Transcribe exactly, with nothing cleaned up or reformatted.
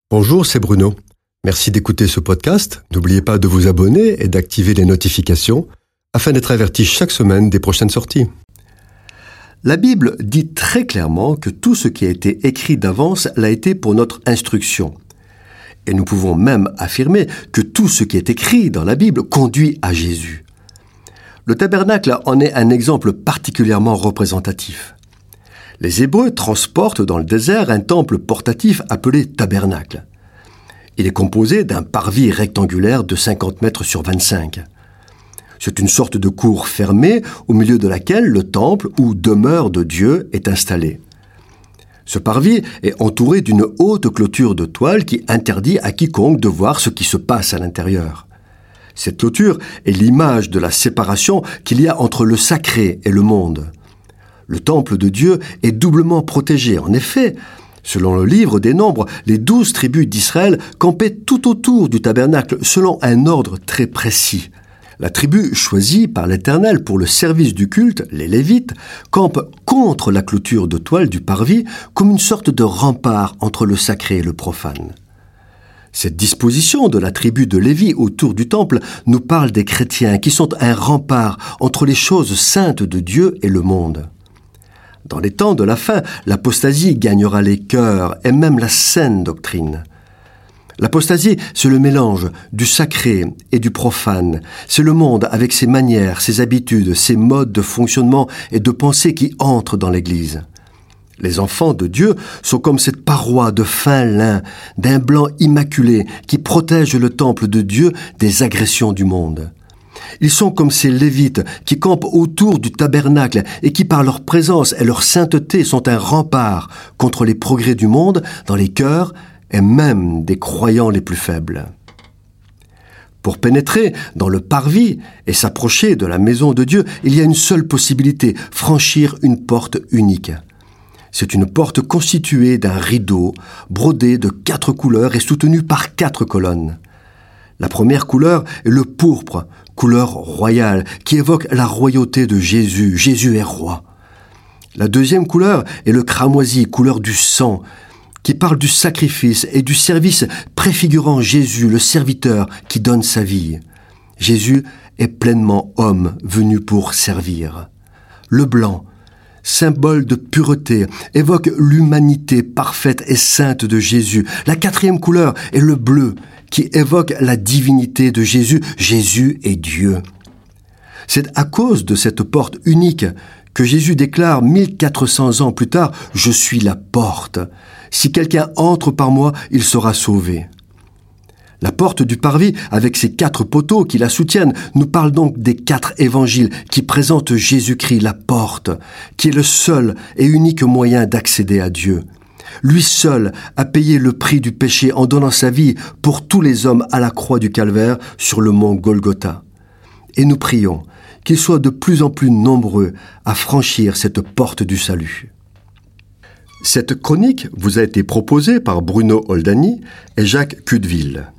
Bonjour, c'est Bruno. Merci d'écouter ce podcast. N'oubliez pas de vous abonner et d'activer les notifications afin d'être averti chaque semaine des prochaines sorties. La Bible dit très clairement que tout ce qui a été écrit d'avance l'a été pour notre instruction. Et nous pouvons même affirmer que tout ce qui est écrit dans la Bible conduit à Jésus. Le tabernacle en est un exemple particulièrement représentatif. Les Hébreux transportent dans le désert un temple portatif appelé tabernacle. Il est composé d'un parvis rectangulaire de cinquante mètres sur vingt-cinq. C'est une sorte de cour fermée au milieu de laquelle le temple ou demeure de Dieu est installé. Ce parvis est entouré d'une haute clôture de toile qui interdit à quiconque de voir ce qui se passe à l'intérieur. Cette clôture est l'image de la séparation qu'il y a entre le sacré et le monde. Le temple de Dieu est doublement protégé. En effet, selon le livre des Nombres, les douze tribus d'Israël campaient tout autour du tabernacle selon un ordre très précis. La tribu choisie par l'Éternel pour le service du culte, les Lévites, campe contre la clôture de toile du parvis comme une sorte de rempart entre le sacré et le profane. Cette disposition de la tribu de Lévi autour du temple nous parle des chrétiens qui sont un rempart entre les choses saintes de Dieu et le monde. Dans les temps de la fin, l'apostasie gagnera les cœurs et même la saine doctrine. L'apostasie, c'est le mélange du sacré et du profane. C'est le monde avec ses manières, ses habitudes, ses modes de fonctionnement et de pensée qui entrent dans l'Église. Les enfants de Dieu sont comme cette paroi de fin lin, d'un blanc immaculé qui protège le temple de Dieu des agressions du monde. Ils sont comme ces Lévites qui campent autour du tabernacle et qui, par leur présence et leur sainteté, sont un rempart contre les progrès du monde dans les cœurs et même des croyants les plus faibles. Pour pénétrer dans le parvis et s'approcher de la maison de Dieu, il y a une seule possibilité, franchir une porte unique. C'est une porte constituée d'un rideau brodé de quatre couleurs et soutenu par quatre colonnes. La première couleur est le pourpre, couleur royale, qui évoque la royauté de Jésus. Jésus est roi. La deuxième couleur est le cramoisi, couleur du sang, qui parle du sacrifice et du service préfigurant Jésus, le serviteur qui donne sa vie. Jésus est pleinement homme, venu pour servir. Le blanc, symbole de pureté, évoque l'humanité parfaite et sainte de Jésus. La quatrième couleur est le bleu, qui évoque la divinité de Jésus. Jésus est Dieu. C'est à cause de cette porte unique que Jésus déclare mille quatre cents ans plus tard « Je suis la porte. Si quelqu'un entre par moi, il sera sauvé. » La porte du parvis, avec ses quatre poteaux qui la soutiennent, nous parle donc des quatre évangiles qui présentent Jésus-Christ, la porte, qui est le seul et unique moyen d'accéder à Dieu. Lui seul a payé le prix du péché en donnant sa vie pour tous les hommes à la croix du Calvaire sur le mont Golgotha. Et nous prions qu'ils soient de plus en plus nombreux à franchir cette porte du salut. Cette chronique vous a été proposée par Bruno Oldani et Jacques Cudeville.